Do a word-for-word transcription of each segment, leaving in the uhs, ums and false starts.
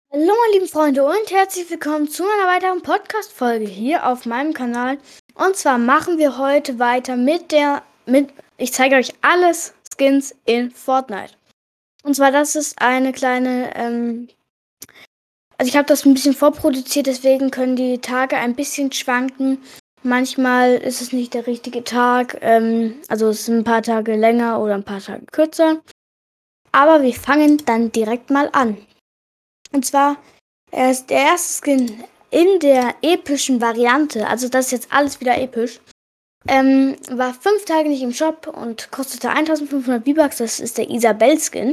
Hallo meine lieben Freunde und herzlich willkommen zu einer weiteren Podcast-Folge hier auf meinem Kanal. Und zwar machen wir heute weiter mit der, mit, ich zeige euch alles Skins in Fortnite. Und zwar das ist eine kleine, ähm, also ich habe das ein bisschen vorproduziert, deswegen können die Tage ein bisschen schwanken. Manchmal ist es nicht der richtige Tag, ähm, also es sind ein paar Tage länger oder ein paar Tage kürzer. Aber wir fangen dann direkt mal an. Und zwar Er ist der erste Skin in der epischen Variante, also das ist jetzt alles wieder episch. Ähm, war fünf Tage nicht im Shop und kostete eintausendfünfhundert V-Bucks, das ist der Isabelle-Skin.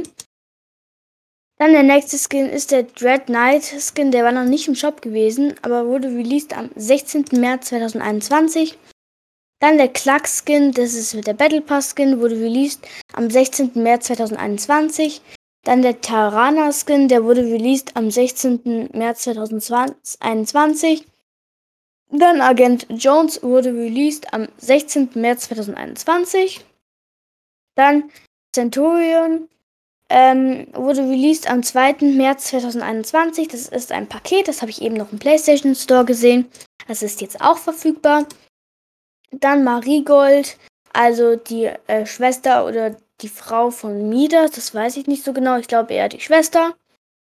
Dann der nächste Skin ist der Dread Knight Skin, der war noch nicht im Shop gewesen, aber wurde released am sechzehnten März zweitausendeinundzwanzig. Dann der Cluck Skin, das ist der Battle Pass Skin, wurde released am sechzehnten März zweitausendeinundzwanzig. Dann der Tarana Skin, der wurde released am sechzehnten März zweitausendeinundzwanzig. Dann Agent Jones wurde released am sechzehnten März zweitausendeinundzwanzig. Dann Centurion ähm, wurde released am zweiten März zweitausendeinundzwanzig. Das ist ein Paket, das habe ich eben noch im PlayStation Store gesehen. Das ist jetzt auch verfügbar. Dann Marigold, also die äh, Schwester oder die Frau von Midas, das weiß ich nicht so genau. Ich glaube eher die Schwester.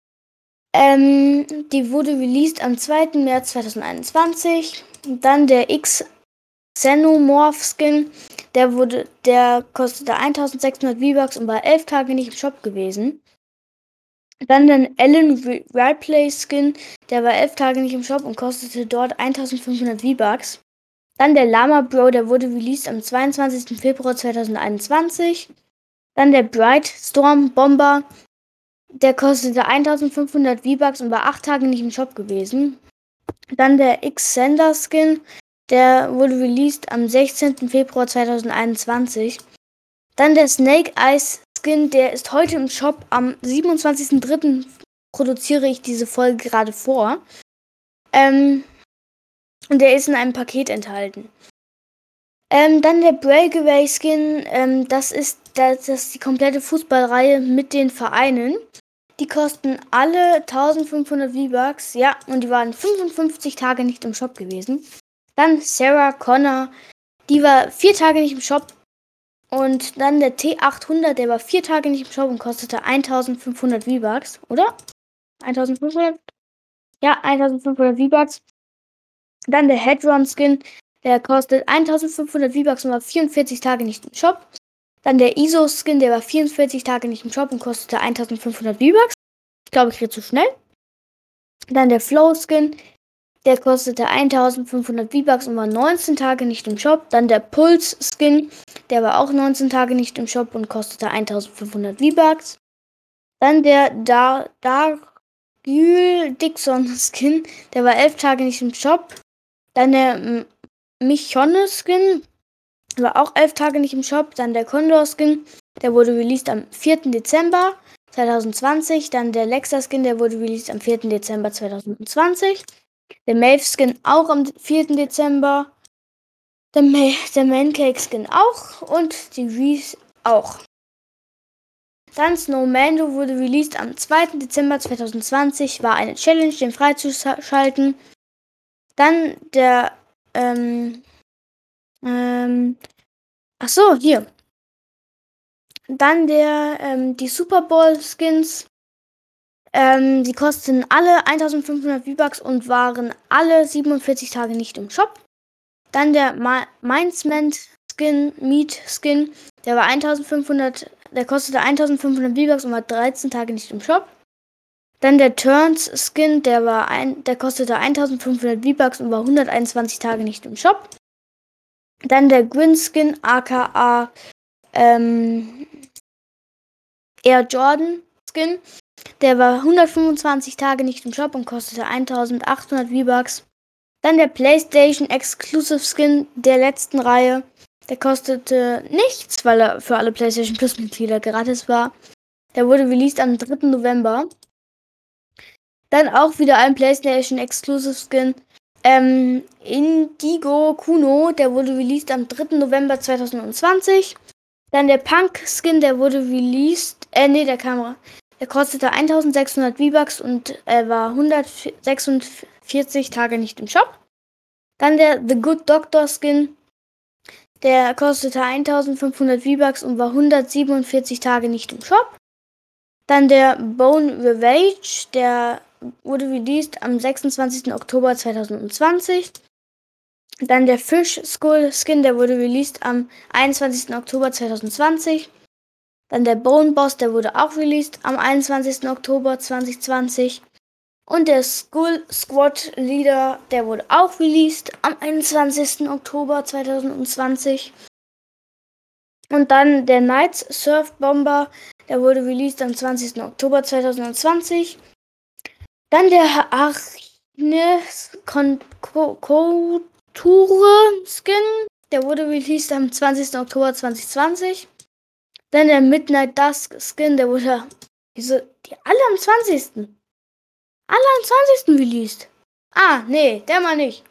Ähm, die wurde released am zweiten März zweitausendeinundzwanzig. Dann der X Xenomorph Skin, der wurde, der kostete eintausendsechshundert V-Bucks und war elf Tage nicht im Shop gewesen. Dann der Ellen Ripley Skin, der war elf Tage nicht im Shop und kostete dort eintausendfünfhundert V-Bucks. Dann der Llama Bro, der wurde released am zweiundzwanzigsten Februar zweitausendeinundzwanzig. Dann der Bright Storm Bomber, der kostete eintausendfünfhundert V-Bucks und war acht Tage nicht im Shop gewesen. Dann der X-Sender Skin, der wurde released am sechzehnten Februar zweitausendeinundzwanzig. Dann der Snake Eyes Skin, der ist heute im Shop. Am siebenundzwanzigsten dritten produziere ich diese Folge gerade vor. Ähm, und der ist in einem Paket enthalten. Ähm, dann der Breakaway Skin, ähm, das ist, das ist die komplette Fußballreihe mit den Vereinen. Die kosten alle eintausendfünfhundert V-Bucks, ja, und die waren fünfundfünfzig Tage nicht im Shop gewesen. Dann Sarah Connor, die war vier Tage nicht im Shop. Und dann der T achthundert, der war vier Tage nicht im Shop und kostete eintausendfünfhundert V-Bucks, oder? eintausendfünfhundert? Ja, eintausendfünfhundert V-Bucks. Dann der Hedron Skin, der kostet eintausendfünfhundert V-Bucks und war vierundvierzig Tage nicht im Shop. Dann der I S O Skin, der war vierundvierzig Tage nicht im Shop und kostete eintausendfünfhundert V-Bucks. Ich glaube, ich rede zu schnell. Dann der Flow Skin, der kostete eintausendfünfhundert V-Bucks und war neunzehn Tage nicht im Shop. Dann der Pulse Skin, der war auch neunzehn Tage nicht im Shop und kostete eintausendfünfhundert V-Bucks. Dann der Dar Dargyl Dixon Skin, der war elf Tage nicht im Shop. Dann der Michonne Skin, war auch elf Tage nicht im Shop. Dann der Condor Skin, der wurde released am vierten Dezember zweitausendzwanzig. Dann der Lexa Skin, der wurde released am vierten Dezember zweitausendzwanzig. Der Maeve Skin auch am vierten Dezember. Der, Ma der Mancake Skin auch. Und die Reese auch. Dann Snowmando wurde released am zweiten Dezember zweitausendzwanzig. War eine Challenge, den freizuschalten. Dann der, ähm, ähm, ach so, hier. Dann der, ähm, die Super Bowl Skins. Ähm, die kosten alle eintausendfünfhundert V-Bucks und waren alle siebenundvierzig Tage nicht im Shop. Dann der Ma Mindsman Skin, Meat Skin, der war eintausendfünfhundert, der kostete eintausendfünfhundert V-Bucks und war dreizehn Tage nicht im Shop. Dann der Turns Skin, der war ein, der kostete eintausendfünfhundert V-Bucks und war hunderteinundzwanzig Tage nicht im Shop. Dann der Grin Skin, aka ähm, Air Jordan Skin, der war hundertfünfundzwanzig Tage nicht im Shop und kostete eintausendachthundert V-Bucks. Dann der PlayStation Exclusive Skin der letzten Reihe. Der kostete nichts, weil er für alle PlayStation Plus Mitglieder gratis war. Der wurde released am dritten November. Dann auch wieder ein PlayStation Exclusive Skin. Ähm, Indigo Kuno, der wurde released am dritten November zweitausendzwanzig. Dann der Punk Skin, der wurde released. Äh, nee, der kam. Der kostete eintausendsechshundert V-Bucks und er war hundertsechsundvierzig Tage nicht im Shop. Dann der The Good Doctor Skin. Der kostete eintausendfünfhundert V-Bucks und war hundertsiebenundvierzig Tage nicht im Shop. Dann der Bone Revenge. Der wurde released am sechsundzwanzigsten Oktober zweitausendzwanzig. Dann der Fish Skull Skin. Der wurde released am einundzwanzigsten Oktober zweitausendzwanzig. Dann der Bone Boss, der wurde auch released am einundzwanzigsten Oktober zweitausendzwanzig. Und der Skull Squad Leader, der wurde auch released am einundzwanzigsten Oktober zweitausendzwanzig. Und dann der Knights Surf Bomber, der wurde released am zwanzigsten Oktober zweitausendzwanzig. Dann der Archnes Couture Skin, der wurde released am zwanzigsten Oktober zweitausendzwanzig. Dann der Midnight Dusk Skin, der wurde diese, die alle am zwanzigsten Alle am zwanzigsten released. Ah, nee, der mal nicht.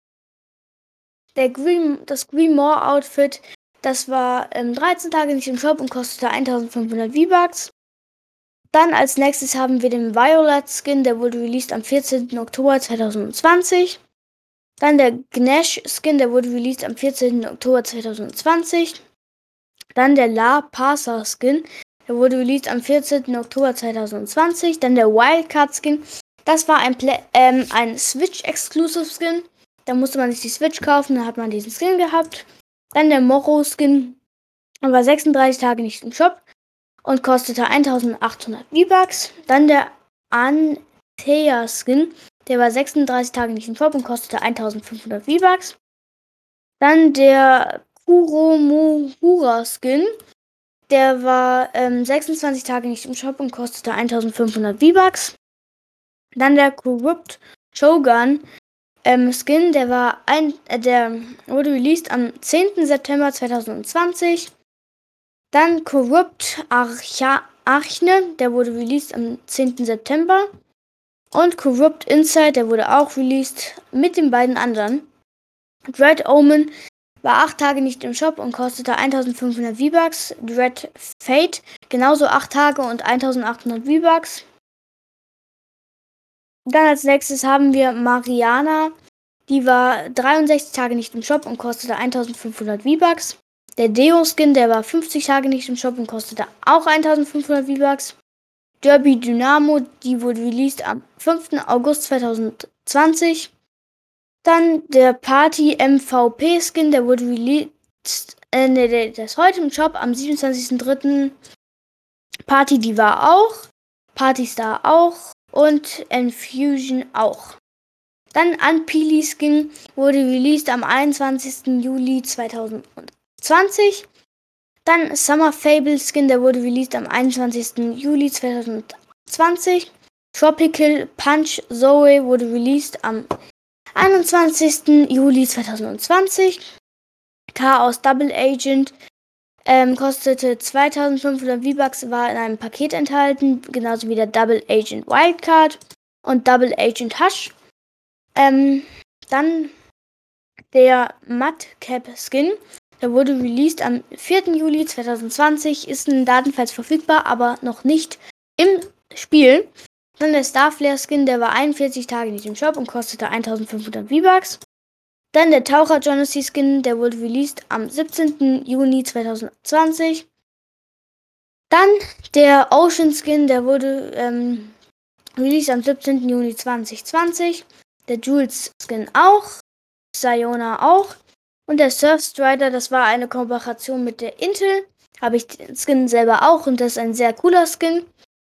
Der Green, das Greenmore Outfit, das war ähm, dreizehn Tage nicht im Shop und kostete eintausendfünfhundert V-Bucks. Dann als nächstes haben wir den Violet Skin, der wurde released am vierzehnten Oktober zweitausendzwanzig. Dann der Gnash Skin, der wurde released am vierzehnten Oktober zweitausendzwanzig. Dann der La Pasa Skin, der wurde released am vierzehnten Oktober zweitausendzwanzig. Dann der Wildcard Skin, das war ein, Pla- ähm, ein Switch-Exclusive Skin. Da musste man sich die Switch kaufen, dann hat man diesen Skin gehabt. Dann der Morrow Skin, der war sechsunddreißig Tage nicht im Shop und kostete eintausendachthundert V-Bucks. Dann der Antea Skin, der war sechsunddreißig Tage nicht im Shop und kostete eintausendfünfhundert V-Bucks. Dann der Kuromuhura Skin, der war ähm, sechsundzwanzig Tage nicht im Shop und kostete eintausendfünfhundert V-Bucks. Dann der Corrupt Shogun ähm, Skin, der war ein, äh, der wurde released am zehnten September zweitausendzwanzig. Dann Corrupt Archa- Archne, der wurde released am zehnten September. Und Corrupt Inside, der wurde auch released mit den beiden anderen. Dread Omen war acht Tage nicht im Shop und kostete eintausendfünfhundert V-Bucks. Dread Fate genauso acht Tage und eintausendachthundert V-Bucks. Dann als nächstes haben wir Mariana. Die war dreiundsechzig Tage nicht im Shop und kostete eintausendfünfhundert V-Bucks. Der Deo-Skin, der war fünfzig Tage nicht im Shop und kostete auch eintausendfünfhundert V-Bucks. Derby Dynamo, die wurde released am fünften August zweitausendzwanzig. Dann der Party M V P Skin, der wurde released, äh, ne, der ist heute im Shop am siebenundzwanzigsten dritten Party, die war auch. Party Star auch. Und Infusion auch. Dann Unpeely Skin wurde released am einundzwanzigsten Juli zweitausendzwanzig. Dann Summer Fable Skin, der wurde released am einundzwanzigsten Juli zweitausendzwanzig. Tropical Punch Zoe wurde released am einundzwanzigsten Juli zweitausendzwanzig. Chaos Double Agent ähm, kostete zweitausendfünfhundert V-Bucks, war in einem Paket enthalten, genauso wie der Double Agent Wildcard und Double Agent Hush. Ähm, dann der Mudcap Skin, der wurde released am vierten Juli zweitausendzwanzig, ist in Datenfiles verfügbar, aber noch nicht im Spiel. Dann der Starflare Skin, der war einundvierzig Tage nicht im Shop und kostete eintausendfünfhundert V-Bucks. Dann der Taucher Jonesy Skin, der wurde released am siebzehnten Juni zweitausendzwanzig. Dann der Ocean Skin, der wurde ähm, released am siebzehnten Juni zweitausendzwanzig. Der Jules Skin auch. Sayona auch. Und der Surf Strider, das war eine Kooperation mit der Intel. Habe ich den Skin selber auch und das ist ein sehr cooler Skin.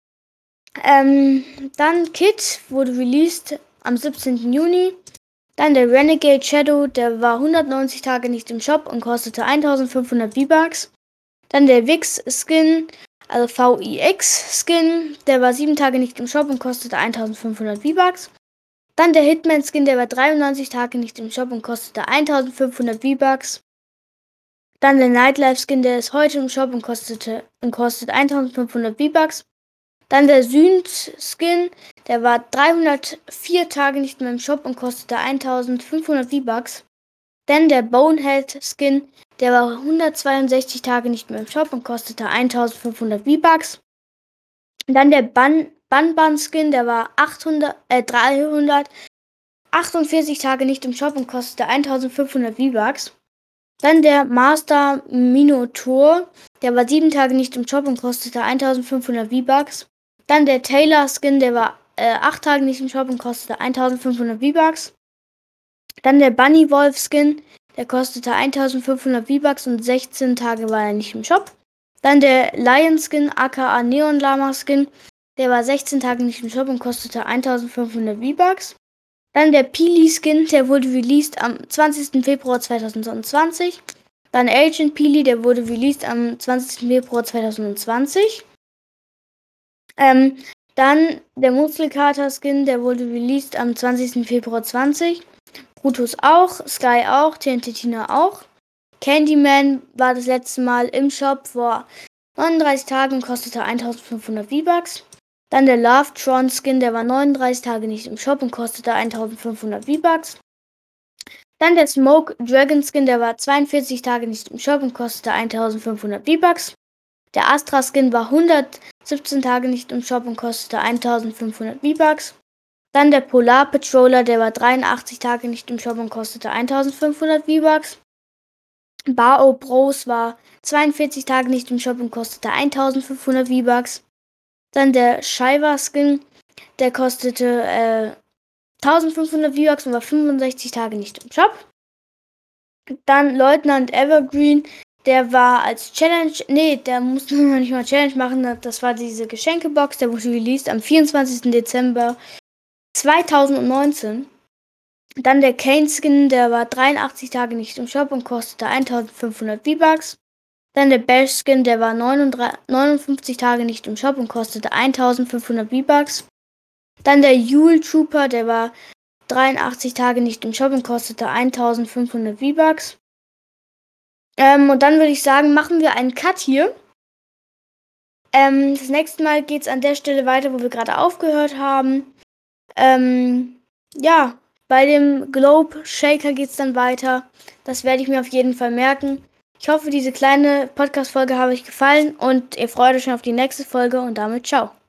Ähm, dann Kit wurde released am siebzehnten Juni. Dann der Renegade Shadow, der war hundertneunzig Tage nicht im Shop und kostete eintausendfünfhundert V-Bucks. Dann der Vix Skin, also V I X Skin, der war sieben Tage nicht im Shop und kostete eintausendfünfhundert V-Bucks. Dann der Hitman Skin, der war dreiundneunzig Tage nicht im Shop und kostete eintausendfünfhundert V-Bucks. Dann der Nightlife Skin, der ist heute im Shop und kostete und kostet eintausendfünfhundert V-Bucks. Dann der Synth Skin, der war dreihundertvier Tage nicht mehr im Shop und kostete eintausendfünfhundert V-Bucks. Dann der Bonehead Skin, der war hundertzweiundsechzig Tage nicht mehr im Shop und kostete eintausendfünfhundert V-Bucks. Dann der Ban Banban Skin, der war achthundert, äh, dreihundertachtundvierzig Tage nicht im Shop und kostete eintausendfünfhundert V-Bucks. Dann der Master Minotaur, der war sieben Tage nicht im Shop und kostete eintausendfünfhundert V-Bucks. Dann der Taylor Skin, der war äh, acht Tage nicht im Shop und kostete eintausendfünfhundert V-Bucks. Dann der Bunny Wolf Skin, der kostete eintausendfünfhundert V-Bucks und sechzehn Tage war er nicht im Shop. Dann der Lion Skin, aka Neon Lama Skin, der war sechzehn Tage nicht im Shop und kostete eintausendfünfhundert V-Bucks. Dann der Peely Skin, der wurde released am zwanzigsten Februar zweitausendzwanzig. Dann Agent Peely, der wurde released am zwanzigsten Februar zweitausendzwanzig. Ähm, dann der Muskelkater Skin, der wurde released am zwanzigsten Februar zwanzig. Brutus auch, Sky auch, T N T Tina auch. Candyman war das letzte Mal im Shop vor neununddreißig Tagen und kostete eintausendfünfhundert V-Bucks. Dann der Love Tron Skin, der war neununddreißig Tage nicht im Shop und kostete eintausendfünfhundert V-Bucks. Dann der Smoke Dragon Skin, der war zweiundvierzig Tage nicht im Shop und kostete eintausendfünfhundert V-Bucks. Der Astra Skin war hundertsiebzehn Tage nicht im Shop und kostete eintausendfünfhundert V-Bucks. Dann der Polar Patroller, der war dreiundachtzig Tage nicht im Shop und kostete eintausendfünfhundert V-Bucks. Bao Bros war zweiundvierzig Tage nicht im Shop und kostete eintausendfünfhundert V-Bucks. Dann der Shiva Skin, der kostete äh, eintausendfünfhundert V-Bucks und war fünfundsechzig Tage nicht im Shop. Dann Leutnant Evergreen, der war als Challenge, nee, der musste noch nicht mal Challenge machen, das war diese Geschenkebox, der wurde released am vierundzwanzigsten Dezember zweitausendneunzehn. Dann der Kane Skin, der war dreiundachtzig Tage nicht im Shop und kostete eintausendfünfhundert V-Bucks. Dann der Bash Skin, der war neunundfünfzig Tage nicht im Shop und kostete eintausendfünfhundert V-Bucks. Dann der Yule Trooper, der war dreiundachtzig Tage nicht im Shop und kostete eintausendfünfhundert V-Bucks. Ähm, und dann würde ich sagen, machen wir einen Cut hier. Ähm, das nächste Mal geht es an der Stelle weiter, wo wir gerade aufgehört haben. Ähm, ja, bei dem Globe Shaker geht es dann weiter. Das werde ich mir auf jeden Fall merken. Ich hoffe, diese kleine Podcast-Folge habe euch gefallen und ihr freut euch schon auf die nächste Folge und damit ciao.